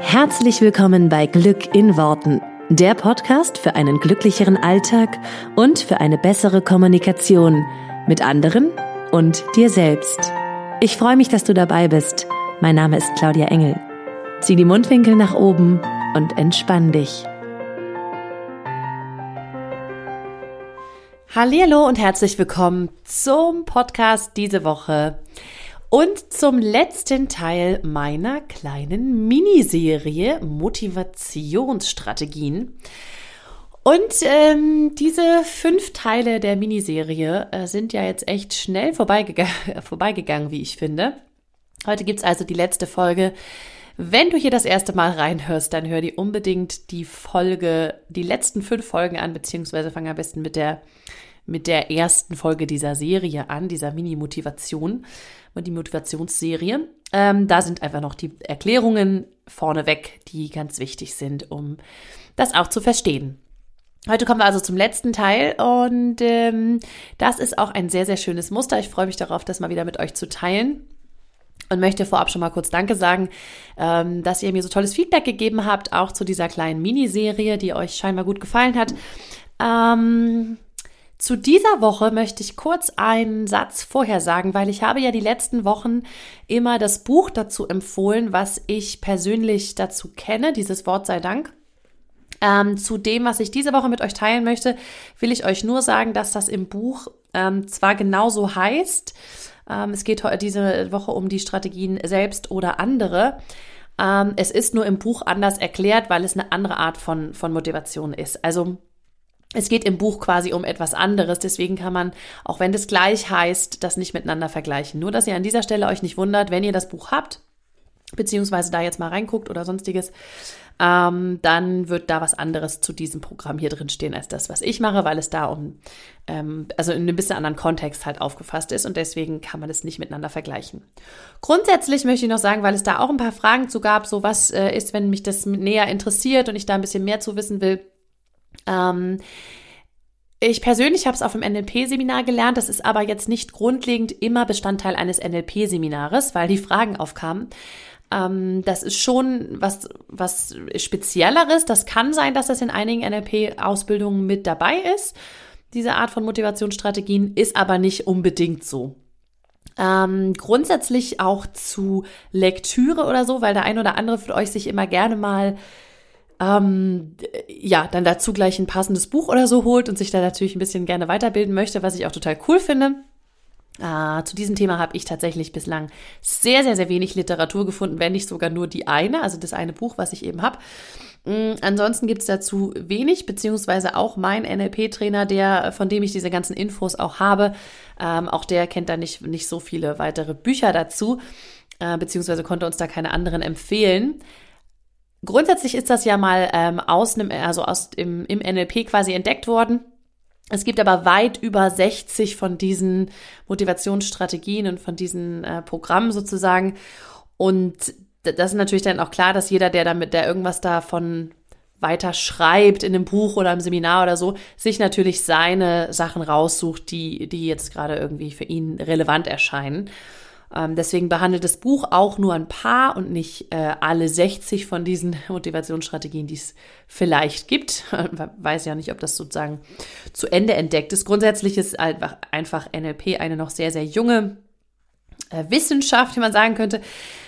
Herzlich willkommen bei Glück in Worten, der Podcast für einen glücklicheren Alltag und für eine bessere Kommunikation mit anderen und dir selbst. Ich freue mich, dass du dabei bist. Mein Name ist Claudia Engel. Zieh die Mundwinkel nach oben und entspann dich. Hallihallo und herzlich willkommen zum Podcast diese Woche und zum letzten Teil meiner kleinen Miniserie Motivationsstrategien. Und diese 5 Teile der Miniserie sind ja jetzt echt schnell vorbeigegangen, wie ich finde. Heute gibt's also die letzte Folge. Wenn du hier das erste Mal reinhörst, dann hör dir unbedingt die letzten 5 Folgen an, beziehungsweise fang am besten mit der ersten Folge dieser Serie an, dieser Mini-Motivation und die Motivationsserie. Da sind einfach noch die Erklärungen vorneweg, die ganz wichtig sind, um das auch zu verstehen. Heute kommen wir also zum letzten Teil und das ist auch ein sehr, sehr schönes Muster. Ich freue mich darauf, das mal wieder mit euch zu teilen. Und möchte vorab schon mal kurz Danke sagen, dass ihr mir so tolles Feedback gegeben habt, auch zu dieser kleinen Miniserie, die euch scheinbar gut gefallen hat. Zu dieser Woche möchte ich kurz einen Satz vorher sagen, weil ich habe ja die letzten Wochen immer das Buch dazu empfohlen, was ich persönlich dazu kenne, dieses Wort sei Dank. Zu dem, was ich diese Woche mit euch teilen möchte, will ich euch nur sagen, dass das im Buch zwar genauso heißt, es geht diese Woche um die Strategien selbst oder andere. Es ist nur im Buch anders erklärt, weil es eine andere Art von Motivation ist. Also es geht im Buch quasi um etwas anderes. Deswegen kann man, auch wenn das gleich heißt, das nicht miteinander vergleichen. Nur, dass ihr an dieser Stelle euch nicht wundert, wenn ihr das Buch habt, beziehungsweise da jetzt mal reinguckt oder sonstiges, dann wird da was anderes zu diesem Programm hier drin stehen als das, was ich mache, weil es da also in einem bisschen anderen Kontext halt aufgefasst ist und deswegen kann man das nicht miteinander vergleichen. Grundsätzlich möchte ich noch sagen, weil es da auch ein paar Fragen zu gab, so was ist, wenn mich das näher interessiert und ich da ein bisschen mehr zu wissen will. Ich persönlich habe es auf dem NLP-Seminar gelernt, das ist aber jetzt nicht grundlegend immer Bestandteil eines NLP-Seminars, weil die Fragen aufkamen. Das ist schon was Spezielleres. Das kann sein, dass das in einigen NLP-Ausbildungen mit dabei ist. Diese Art von Motivationsstrategien ist aber nicht unbedingt so. Grundsätzlich auch zu Lektüre oder so, weil der ein oder andere von euch sich immer gerne mal dann dazu gleich ein passendes Buch oder so holt und sich da natürlich ein bisschen gerne weiterbilden möchte, was ich auch total cool finde. Zu diesem Thema habe ich tatsächlich bislang sehr, sehr, sehr wenig Literatur gefunden, wenn nicht sogar nur das eine Buch, was ich eben habe. Ansonsten gibt es dazu wenig, beziehungsweise auch mein NLP-Trainer, von dem ich diese ganzen Infos auch habe, auch der kennt da nicht so viele weitere Bücher dazu, beziehungsweise konnte uns da keine anderen empfehlen. Grundsätzlich ist das ja mal im NLP quasi entdeckt worden. Es gibt aber weit über 60 von diesen Motivationsstrategien und von diesen Programmen sozusagen. Und das ist natürlich dann auch klar, dass jeder, der irgendwas davon weiter schreibt in einem Buch oder im Seminar oder so, sich natürlich seine Sachen raussucht, die jetzt gerade irgendwie für ihn relevant erscheinen. Deswegen behandelt das Buch auch nur ein paar und nicht alle 60 von diesen Motivationsstrategien, die es vielleicht gibt. Weiß ja nicht, ob das sozusagen zu Ende entdeckt ist. Grundsätzlich ist einfach NLP eine noch sehr, sehr junge Wissenschaft, wie man sagen könnte.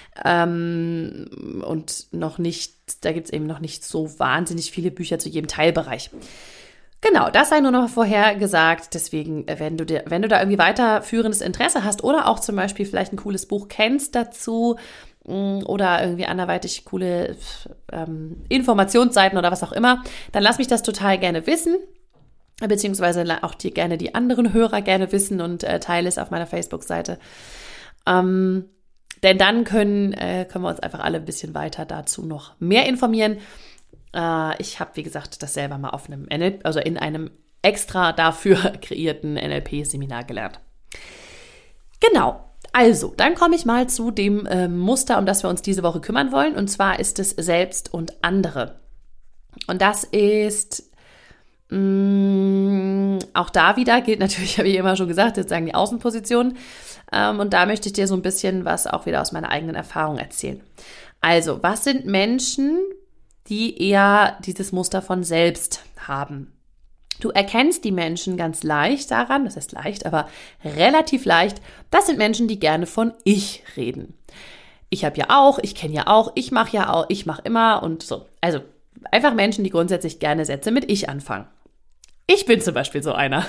Und da gibt es eben noch nicht so wahnsinnig viele Bücher zu jedem Teilbereich. Genau, das sei nur noch vorher gesagt. Deswegen, wenn du da irgendwie weiterführendes Interesse hast oder auch zum Beispiel vielleicht ein cooles Buch kennst dazu oder irgendwie anderweitig coole Informationsseiten oder was auch immer, dann lass mich das total gerne wissen, beziehungsweise auch gerne die anderen Hörer gerne wissen und teile es auf meiner Facebook-Seite. Denn dann können wir uns einfach alle ein bisschen weiter dazu noch mehr informieren. Ich habe, wie gesagt, das selber mal in einem extra dafür kreierten NLP-Seminar gelernt. Genau, also, dann komme ich mal zu dem Muster, um das wir uns diese Woche kümmern wollen. Und zwar ist es Selbst und andere. Und das ist auch da wieder gilt natürlich, habe ich immer schon gesagt, jetzt sagen die Außenpositionen. Und da möchte ich dir so ein bisschen was auch wieder aus meiner eigenen Erfahrung erzählen. Also, was sind Menschen, die eher dieses Muster von selbst haben? Du erkennst die Menschen ganz leicht daran, das heißt leicht, aber relativ leicht, das sind Menschen, die gerne von ich reden. Ich habe ja auch, ich kenne ja auch, ich mache immer und so. Also einfach Menschen, die grundsätzlich gerne Sätze mit ich anfangen. Ich bin zum Beispiel so einer.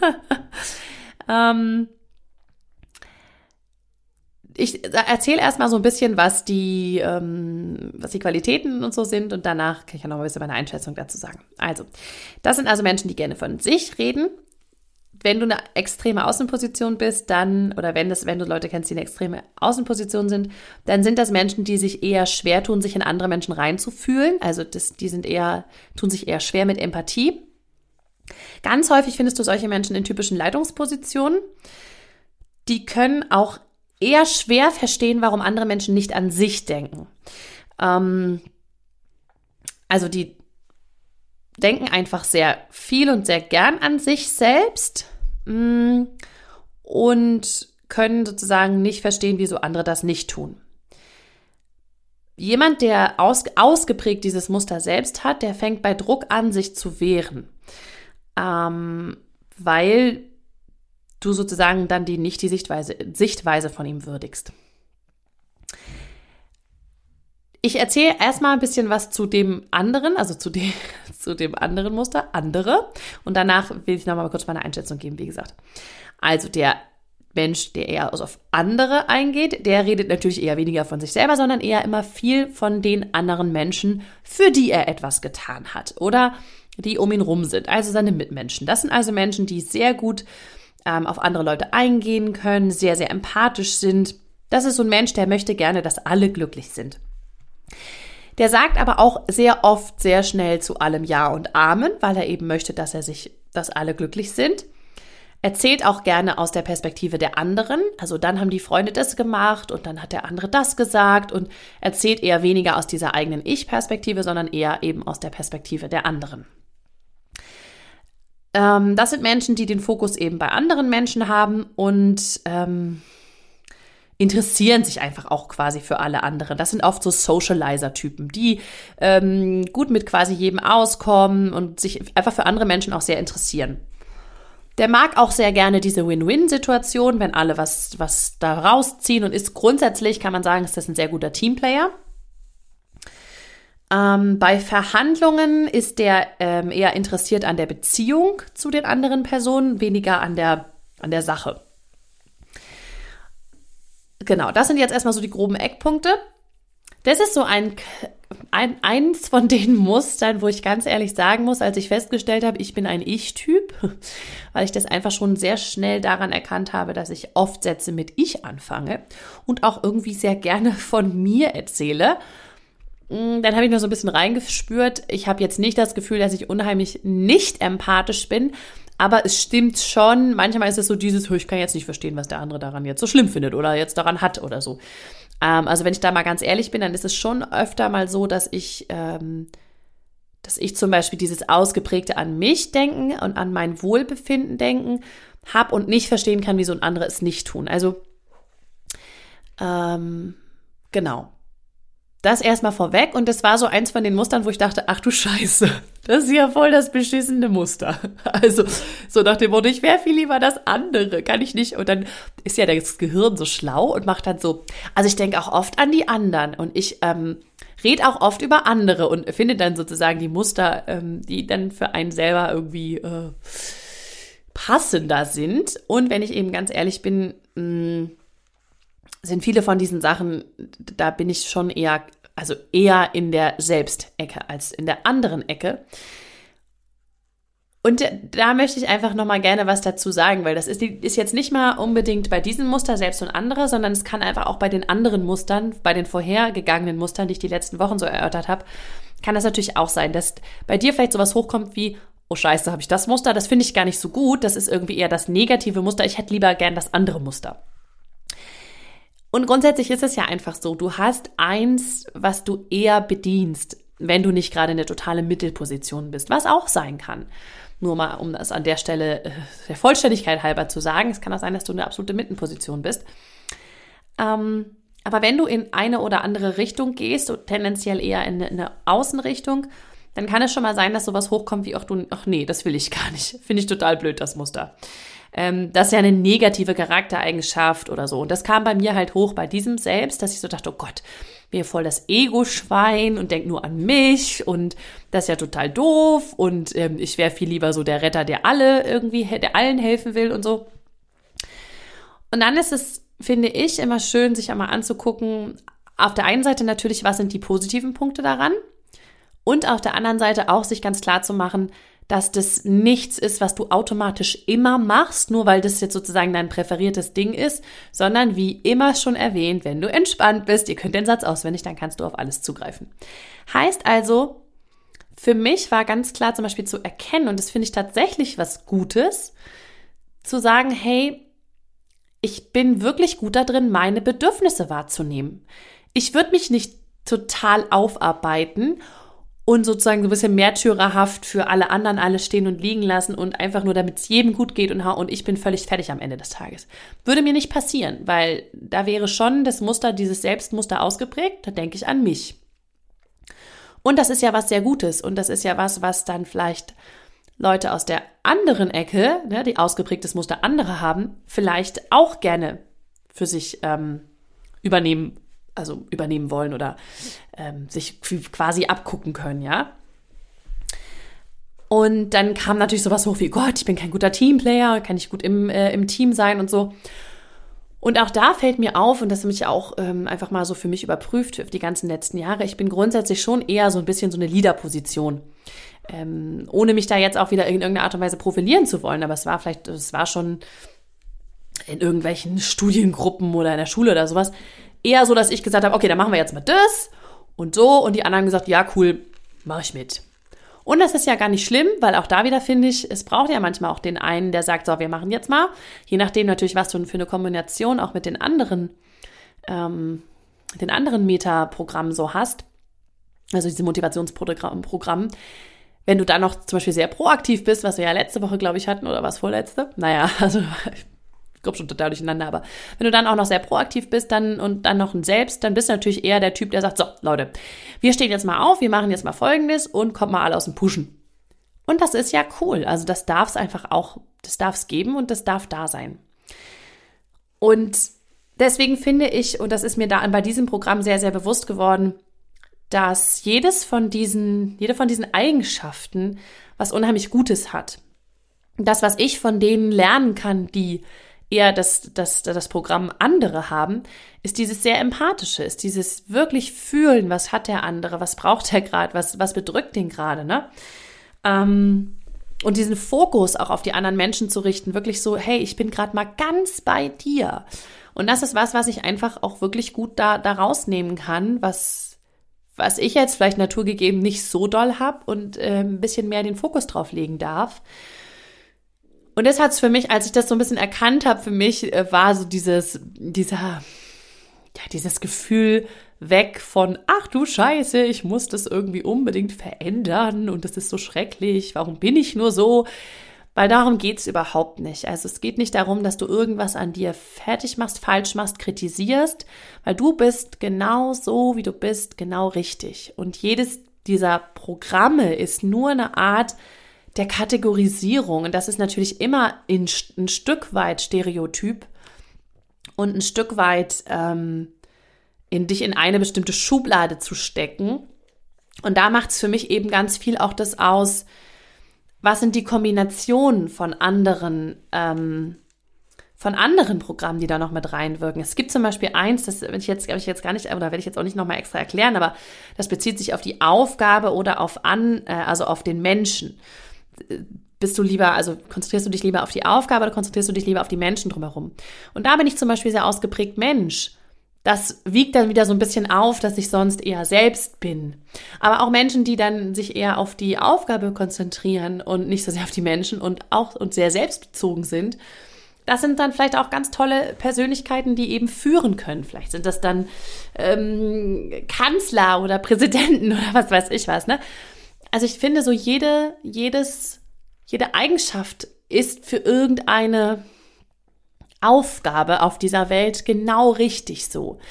Ich erzähle erstmal so ein bisschen, was die Qualitäten und so sind und danach kann ich ja noch ein bisschen meine Einschätzung dazu sagen. Also, das sind also Menschen, die gerne von sich reden. Wenn du eine extreme Außenposition bist, dann, oder wenn du Leute kennst, die eine extreme Außenposition sind, dann sind das Menschen, die sich eher schwer tun, sich in andere Menschen reinzufühlen. Also, tun sich eher schwer mit Empathie. Ganz häufig findest du solche Menschen in typischen Leitungspositionen. Die können auch eher schwer verstehen, warum andere Menschen nicht an sich denken. Also die denken einfach sehr viel und sehr gern an sich selbst und können sozusagen nicht verstehen, wieso andere das nicht tun. Jemand, der ausgeprägt dieses Muster selbst hat, der fängt bei Druck an, sich zu wehren, weil du sozusagen dann nicht die Sichtweise von ihm würdigst. Ich erzähle erstmal ein bisschen was zu dem anderen, also zu dem anderen Muster, andere. Und danach will ich nochmal kurz meine Einschätzung geben, wie gesagt. Also der Mensch, der eher auf andere eingeht, der redet natürlich eher weniger von sich selber, sondern eher immer viel von den anderen Menschen, für die er etwas getan hat oder die um ihn rum sind, also seine Mitmenschen. Das sind also Menschen, die sehr gut auf andere Leute eingehen können, sehr, sehr empathisch sind. Das ist so ein Mensch, der möchte gerne, dass alle glücklich sind. Der sagt aber auch sehr oft sehr schnell zu allem Ja und Amen, weil er eben möchte, dass alle glücklich sind. Erzählt auch gerne aus der Perspektive der anderen. Also dann haben die Freunde das gemacht und dann hat der andere das gesagt und erzählt eher weniger aus dieser eigenen Ich-Perspektive, sondern eher eben aus der Perspektive der anderen. Das sind Menschen, die den Fokus eben bei anderen Menschen haben und interessieren sich einfach auch quasi für alle anderen. Das sind oft so Socializer-Typen, die gut mit quasi jedem auskommen und sich einfach für andere Menschen auch sehr interessieren. Der mag auch sehr gerne diese Win-Win-Situation, wenn alle was da rausziehen und ist grundsätzlich, kann man sagen, ist das ein sehr guter Teamplayer. Bei Verhandlungen ist der eher interessiert an der Beziehung zu den anderen Personen, weniger an der Sache. Genau, das sind jetzt erstmal so die groben Eckpunkte. Das ist so eins von den Mustern, wo ich ganz ehrlich sagen muss, als ich festgestellt habe, ich bin ein Ich-Typ, weil ich das einfach schon sehr schnell daran erkannt habe, dass ich oft Sätze mit Ich anfange und auch irgendwie sehr gerne von mir erzähle. Dann habe ich noch so ein bisschen reingespürt. Ich habe jetzt nicht das Gefühl, dass ich unheimlich nicht empathisch bin, aber es stimmt schon. Manchmal ist es so dieses, ich kann jetzt nicht verstehen, was der andere daran jetzt so schlimm findet oder jetzt daran hat oder so. Also wenn ich da mal ganz ehrlich bin, dann ist es schon öfter mal so, dass ich zum Beispiel dieses ausgeprägte an mich denken und an mein Wohlbefinden denken habe und nicht verstehen kann, wie so ein anderer es nicht tun. Also genau. Das erstmal vorweg und das war so eins von den Mustern, wo ich dachte, ach du Scheiße, das ist ja voll das beschissene Muster. Also so nach dem Motto, ich wäre viel lieber das andere, kann ich nicht. Und dann ist ja das Gehirn so schlau und macht dann so, also ich denke auch oft an die anderen und ich rede auch oft über andere und finde dann sozusagen die Muster, die dann für einen selber irgendwie passender sind. Und wenn ich eben ganz ehrlich bin, sind viele von diesen Sachen, da bin ich schon eher in der Selbstecke als in der anderen Ecke. Und da möchte ich einfach nochmal gerne was dazu sagen, weil das ist jetzt nicht mal unbedingt bei diesem Muster selbst und andere, sondern es kann einfach auch bei den anderen Mustern, bei den vorhergegangenen Mustern, die ich die letzten Wochen so erörtert habe, kann das natürlich auch sein, dass bei dir vielleicht sowas hochkommt wie, oh Scheiße, habe ich das Muster? Das finde ich gar nicht so gut. Das ist irgendwie eher das negative Muster. Ich hätte lieber gern das andere Muster. Und grundsätzlich ist es ja einfach so, du hast eins, was du eher bedienst, wenn du nicht gerade in der totale Mittelposition bist, was auch sein kann. Nur mal, um das an der Stelle der Vollständigkeit halber zu sagen, es kann auch sein, dass du eine absolute Mittenposition bist. Aber wenn du in eine oder andere Richtung gehst, so tendenziell eher in eine Außenrichtung, dann kann es schon mal sein, dass sowas hochkommt wie, ach nee, das will ich gar nicht. Finde ich total blöd, das Muster. Das ist ja eine negative Charaktereigenschaft oder so. Und das kam bei mir halt hoch bei diesem selbst, dass ich so dachte, oh Gott, mir voll das Ego-Schwein und denk nur an mich und das ist ja total doof und ich wäre viel lieber so der Retter, der allen helfen will und so. Und dann ist es, finde ich, immer schön, sich einmal anzugucken, auf der einen Seite natürlich, was sind die positiven Punkte daran und auf der anderen Seite auch sich ganz klar zu machen, dass das nichts ist, was du automatisch immer machst, nur weil das jetzt sozusagen dein präferiertes Ding ist, sondern wie immer schon erwähnt, wenn du entspannt bist, ihr könnt den Satz auswendig, dann kannst du auf alles zugreifen. Heißt also, für mich war ganz klar zum Beispiel zu erkennen, und das finde ich tatsächlich was Gutes, zu sagen, hey, ich bin wirklich gut da drin, meine Bedürfnisse wahrzunehmen. Ich würde mich nicht total aufarbeiten und sozusagen so ein bisschen märtyrerhaft für alle anderen alles stehen und liegen lassen und einfach nur, damit es jedem gut geht und ich bin völlig fertig am Ende des Tages. Würde mir nicht passieren, weil da wäre schon das Muster, dieses Selbstmuster ausgeprägt, da denke ich an mich. Und das ist ja was sehr Gutes und das ist ja was dann vielleicht Leute aus der anderen Ecke, ne, die ausgeprägtes Muster andere haben, vielleicht auch gerne für sich übernehmen wollen oder sich quasi abgucken können, ja. Und dann kam natürlich sowas hoch wie, Gott, ich bin kein guter Teamplayer, kann ich gut im Team sein und so. Und auch da fällt mir auf, und das habe ich auch einfach mal so für mich überprüft, für die ganzen letzten Jahre, ich bin grundsätzlich schon eher so ein bisschen so eine Leader-Position. Ohne mich da jetzt auch wieder in irgendeiner Art und Weise profilieren zu wollen, aber es war schon in irgendwelchen Studiengruppen oder in der Schule oder sowas, eher so, dass ich gesagt habe, okay, dann machen wir jetzt mal das und so, und die anderen gesagt, ja, cool, mach ich mit. Und das ist ja gar nicht schlimm, weil auch da wieder finde ich, es braucht ja manchmal auch den einen, der sagt, so, wir machen jetzt mal, je nachdem natürlich, was du für eine Kombination auch mit den anderen Meta-Programmen so hast, also diese Motivationsprogramm. Wenn du dann noch zum Beispiel sehr proaktiv bist, was wir ja letzte Woche, glaube ich, hatten, oder was vorletzte, naja, also ich glaube schon total durcheinander, aber wenn du dann auch noch sehr proaktiv bist und dann noch ein Selbst, dann bist du natürlich eher der Typ, der sagt, so, Leute, wir stehen jetzt mal auf, wir machen jetzt mal Folgendes und kommt mal alle aus dem Pushen. Und das ist ja cool, also das darf es einfach auch, das darf es geben und das darf da sein. Und deswegen finde ich, und das ist mir da bei diesem Programm sehr, sehr bewusst geworden, dass jede von diesen Eigenschaften was unheimlich Gutes hat. Das, was ich von denen lernen kann, die eher das Programm andere haben, ist dieses sehr Empathische, ist dieses wirklich Fühlen, was hat der andere, was braucht er gerade, was bedrückt den gerade, ne? Und diesen Fokus auch auf die anderen Menschen zu richten, wirklich so, hey, ich bin gerade mal ganz bei dir. Und das ist was ich einfach auch wirklich gut da rausnehmen kann, was ich jetzt vielleicht naturgegeben nicht so doll habe und ein bisschen mehr den Fokus drauf legen darf. Und das hat's für mich, als ich das so ein bisschen erkannt habe, für mich war so dieses Gefühl weg von, ach du Scheiße, ich muss das irgendwie unbedingt verändern und das ist so schrecklich, warum bin ich nur so? Weil darum geht's überhaupt nicht. Also es geht nicht darum, dass du irgendwas an dir fertig machst, falsch machst, kritisierst, weil du bist genau so, wie du bist, genau richtig. Und jedes dieser Programme ist nur eine Art der Kategorisierung. Und das ist natürlich immer ein Stück weit Stereotyp und ein Stück weit in dich in eine bestimmte Schublade zu stecken. Und da macht es für mich eben ganz viel auch das aus, was sind die Kombinationen von anderen Programmen, die da noch mit reinwirken. Es gibt zum Beispiel eins, das werde ich jetzt gar nicht, oder werde ich jetzt auch nicht nochmal extra erklären, aber das bezieht sich auf die Aufgabe oder also auf den Menschen. Konzentrierst du dich lieber auf die Aufgabe oder konzentrierst du dich lieber auf die Menschen drumherum? Und da bin ich zum Beispiel sehr ausgeprägt Mensch. Das wiegt dann wieder so ein bisschen auf, dass ich sonst eher selbst bin. Aber auch Menschen, die dann sich eher auf die Aufgabe konzentrieren und nicht so sehr auf die Menschen und sehr selbstbezogen sind, das sind dann vielleicht auch ganz tolle Persönlichkeiten, die eben führen können. Vielleicht sind das dann Kanzler oder Präsidenten oder was weiß ich was, ne? Also ich finde so jede Eigenschaft ist für irgendeine Aufgabe auf dieser Welt genau richtig so.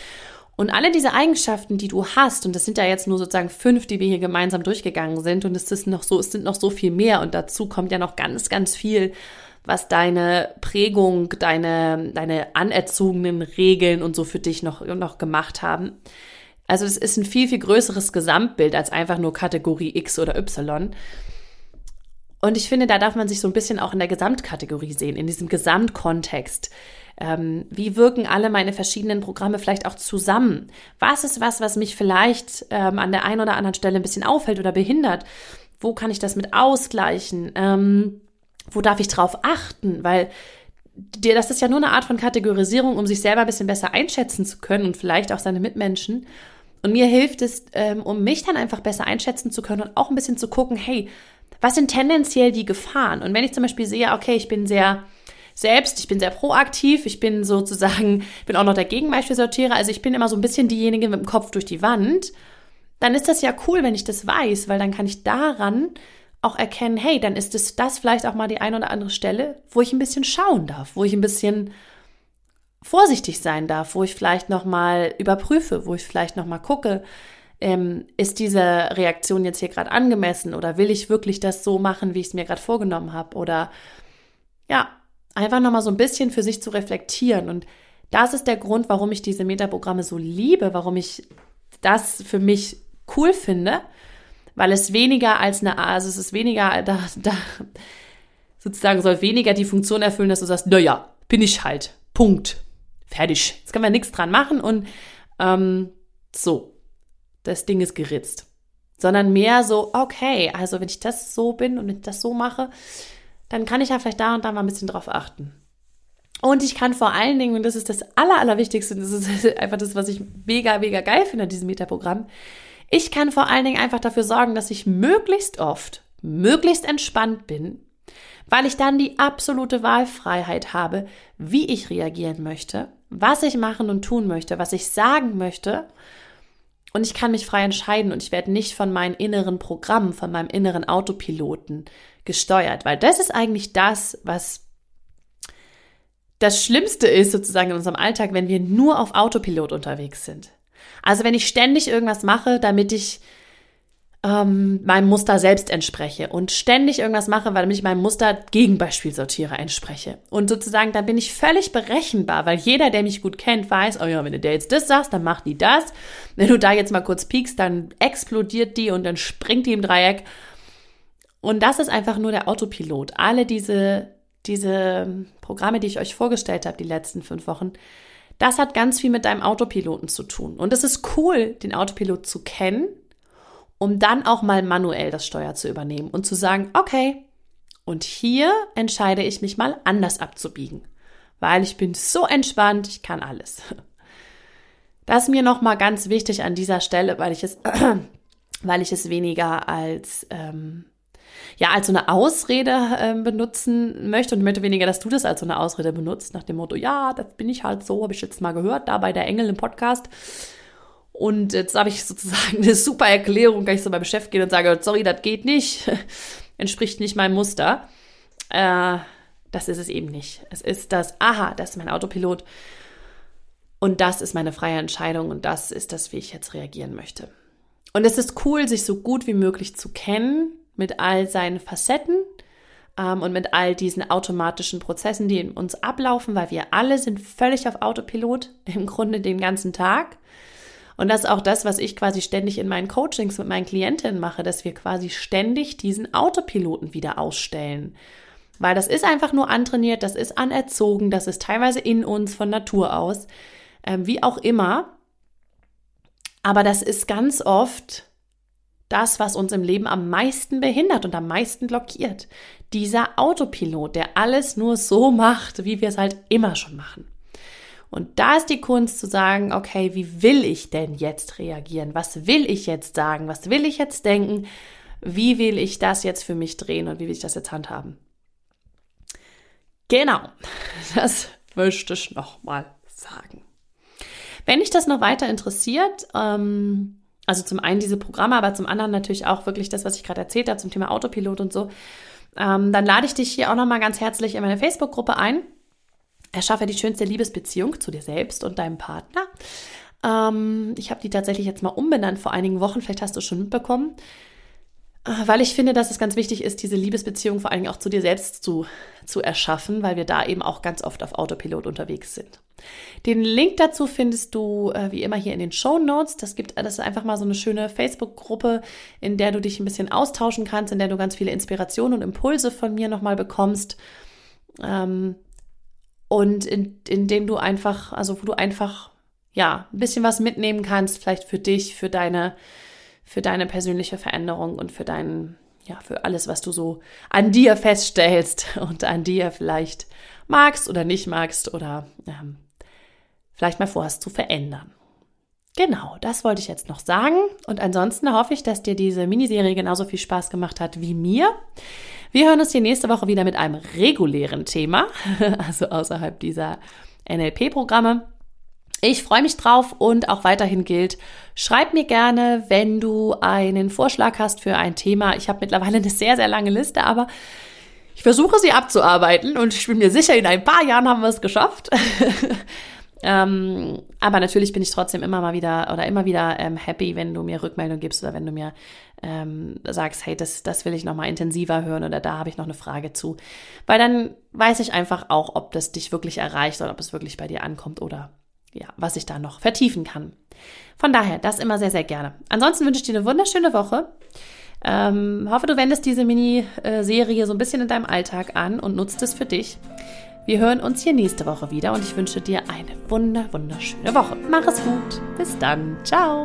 Und alle diese Eigenschaften, die du hast, und das sind ja jetzt nur sozusagen 5, die wir hier gemeinsam durchgegangen sind, und es sind noch so viel mehr, und dazu kommt ja noch ganz, ganz viel, was deine Prägung, deine anerzogenen Regeln und so für dich noch gemacht haben. Also es ist ein viel, viel größeres Gesamtbild als einfach nur Kategorie X oder Y. Und ich finde, da darf man sich so ein bisschen auch in der Gesamtkategorie sehen, in diesem Gesamtkontext. Wie wirken alle meine verschiedenen Programme vielleicht auch zusammen? Was ist was mich vielleicht an der einen oder anderen Stelle ein bisschen aufhält oder behindert? Wo kann ich das mit ausgleichen? Wo darf ich drauf achten? Weil das ist ja nur eine Art von Kategorisierung, um sich selber ein bisschen besser einschätzen zu können und vielleicht auch seine Mitmenschen. Und mir hilft es, um mich dann einfach besser einschätzen zu können und auch ein bisschen zu gucken, hey, was sind tendenziell die Gefahren? Und wenn ich zum Beispiel sehe, okay, ich bin sehr proaktiv, ich bin auch noch der Gegenbeispielsortierer, also ich bin immer so ein bisschen diejenige mit dem Kopf durch die Wand, dann ist das ja cool, wenn ich das weiß, weil dann kann ich daran auch erkennen, hey, dann ist das vielleicht auch mal die ein oder andere Stelle, wo ich ein bisschen schauen darf, wo ich ein bisschen vorsichtig sein darf, wo ich vielleicht nochmal überprüfe, wo ich vielleicht nochmal gucke, ist diese Reaktion jetzt hier gerade angemessen oder will ich wirklich das so machen, wie ich es mir gerade vorgenommen habe, oder ja, einfach nochmal so ein bisschen für sich zu reflektieren. Und das ist der Grund, warum ich diese Metaprogramme so liebe, warum ich das für mich cool finde, weil es weniger es ist weniger, sozusagen soll weniger die Funktion erfüllen, dass du sagst, naja, bin ich halt, Punkt, fertig. Jetzt können wir nichts dran machen und das Ding ist geritzt. Sondern mehr so, okay, also wenn ich das so bin und wenn ich das so mache, dann kann ich ja vielleicht da und da mal ein bisschen drauf achten. Und ich kann vor allen Dingen, und das ist das Allerwichtigste, das ist einfach das, was ich mega, mega geil finde an diesem Metaprogramm, ich kann vor allen Dingen einfach dafür sorgen, dass ich möglichst oft, möglichst entspannt bin, weil ich dann die absolute Wahlfreiheit habe, wie ich reagieren möchte, was ich machen und tun möchte, was ich sagen möchte. Und ich kann mich frei entscheiden und ich werde nicht von meinen inneren Programmen, von meinem inneren Autopiloten gesteuert, weil das ist eigentlich das, was das Schlimmste ist sozusagen in unserem Alltag, wenn wir nur auf Autopilot unterwegs sind. Also wenn ich ständig irgendwas mache, damit ich meinem Muster selbst entspreche und ständig irgendwas mache, weil ich meinem Muster Gegenbeispielsortierer entspreche. Und sozusagen, dann bin ich völlig berechenbar, weil jeder, der mich gut kennt, weiß, oh ja, wenn du der jetzt das sagst, dann macht die das. Wenn du da jetzt mal kurz piekst, dann explodiert die und dann springt die im Dreieck. Und das ist einfach nur der Autopilot. Alle diese Programme, die ich euch vorgestellt habe, die letzten 5 Wochen, das hat ganz viel mit deinem Autopiloten zu tun. Und es ist cool, den Autopilot zu kennen, um dann auch mal manuell das Steuer zu übernehmen und zu sagen, okay, und hier entscheide ich mich mal anders abzubiegen, weil ich bin so entspannt, ich kann alles. Das ist mir nochmal ganz wichtig an dieser Stelle, weil ich es weniger als so eine Ausrede benutzen möchte, und ich möchte weniger, dass du das als so eine Ausrede benutzt, nach dem Motto, ja, das bin ich halt so, habe ich jetzt mal gehört, da bei der Engel im Podcast. Und jetzt habe ich sozusagen eine super Erklärung, kann ich so beim Chef gehen und sage, sorry, das geht nicht, entspricht nicht meinem Muster. Das ist es eben nicht. Es ist das ist mein Autopilot und das ist meine freie Entscheidung und das ist das, wie ich jetzt reagieren möchte. Und es ist cool, sich so gut wie möglich zu kennen mit all seinen Facetten und mit all diesen automatischen Prozessen, die in uns ablaufen, weil wir alle sind völlig auf Autopilot, im Grunde den ganzen Tag. Und das ist auch das, was ich quasi ständig in meinen Coachings mit meinen Klientinnen mache, dass wir quasi ständig diesen Autopiloten wieder ausstellen. Weil das ist einfach nur antrainiert, das ist anerzogen, das ist teilweise in uns von Natur aus, wie auch immer. Aber das ist ganz oft das, was uns im Leben am meisten behindert und am meisten blockiert. Dieser Autopilot, der alles nur so macht, wie wir es halt immer schon machen. Und da ist die Kunst zu sagen, okay, wie will ich denn jetzt reagieren? Was will ich jetzt sagen? Was will ich jetzt denken? Wie will ich das jetzt für mich drehen und wie will ich das jetzt handhaben? Genau, das möchte ich nochmal sagen. Wenn dich das noch weiter interessiert, also zum einen diese Programme, aber zum anderen natürlich auch wirklich das, was ich gerade erzählt habe zum Thema Autopilot und so, dann lade ich dich hier auch nochmal ganz herzlich in meine Facebook-Gruppe ein. Erschaffe die schönste Liebesbeziehung zu dir selbst und deinem Partner. Ich habe die tatsächlich jetzt mal umbenannt vor einigen Wochen, vielleicht hast du es schon mitbekommen, weil ich finde, dass es ganz wichtig ist, diese Liebesbeziehung vor allem auch zu dir selbst zu erschaffen, weil wir da eben auch ganz oft auf Autopilot unterwegs sind. Den Link dazu findest du wie immer hier in den Shownotes. Das ist einfach mal so eine schöne Facebook-Gruppe, in der du dich ein bisschen austauschen kannst, in der du ganz viele Inspirationen und Impulse von mir nochmal bekommst. Und in dem du einfach, wo du einfach ein bisschen was mitnehmen kannst, vielleicht für dich, für deine persönliche Veränderung und für für alles, was du so an dir feststellst und an dir vielleicht magst oder nicht magst oder vielleicht mal vorhast zu verändern. Genau, das wollte ich jetzt noch sagen. Und ansonsten hoffe ich, dass dir diese Miniserie genauso viel Spaß gemacht hat wie mir. Wir hören uns hier nächste Woche wieder mit einem regulären Thema, also außerhalb dieser NLP-Programme. Ich freue mich drauf und auch weiterhin gilt, schreib mir gerne, wenn du einen Vorschlag hast für ein Thema. Ich habe mittlerweile eine sehr, sehr lange Liste, aber ich versuche sie abzuarbeiten und ich bin mir sicher, in ein paar Jahren haben wir es geschafft. Aber natürlich bin ich trotzdem immer wieder happy, wenn du mir Rückmeldung gibst oder wenn du mir sagst, hey, das will ich nochmal intensiver hören oder da habe ich noch eine Frage zu. Weil dann weiß ich einfach auch, ob das dich wirklich erreicht oder ob es wirklich bei dir ankommt oder was ich da noch vertiefen kann. Von daher, das immer sehr, sehr gerne. Ansonsten wünsche ich dir eine wunderschöne Woche. Hoffe, du wendest diese Miniserie so ein bisschen in deinem Alltag an und nutzt es für dich. Wir hören uns hier nächste Woche wieder und ich wünsche dir eine wunderschöne Woche. Mach es gut. Bis dann. Ciao.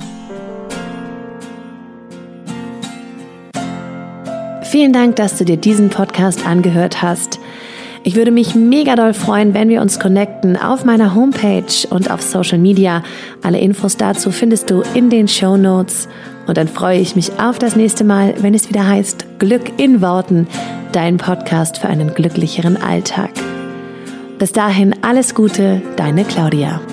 Vielen Dank, dass du dir diesen Podcast angehört hast. Ich würde mich mega doll freuen, wenn wir uns connecten auf meiner Homepage und auf Social Media. Alle Infos dazu findest du in den Shownotes. Und dann freue ich mich auf das nächste Mal, wenn es wieder heißt Glück in Worten, dein Podcast für einen glücklicheren Alltag. Bis dahin alles Gute, deine Claudia.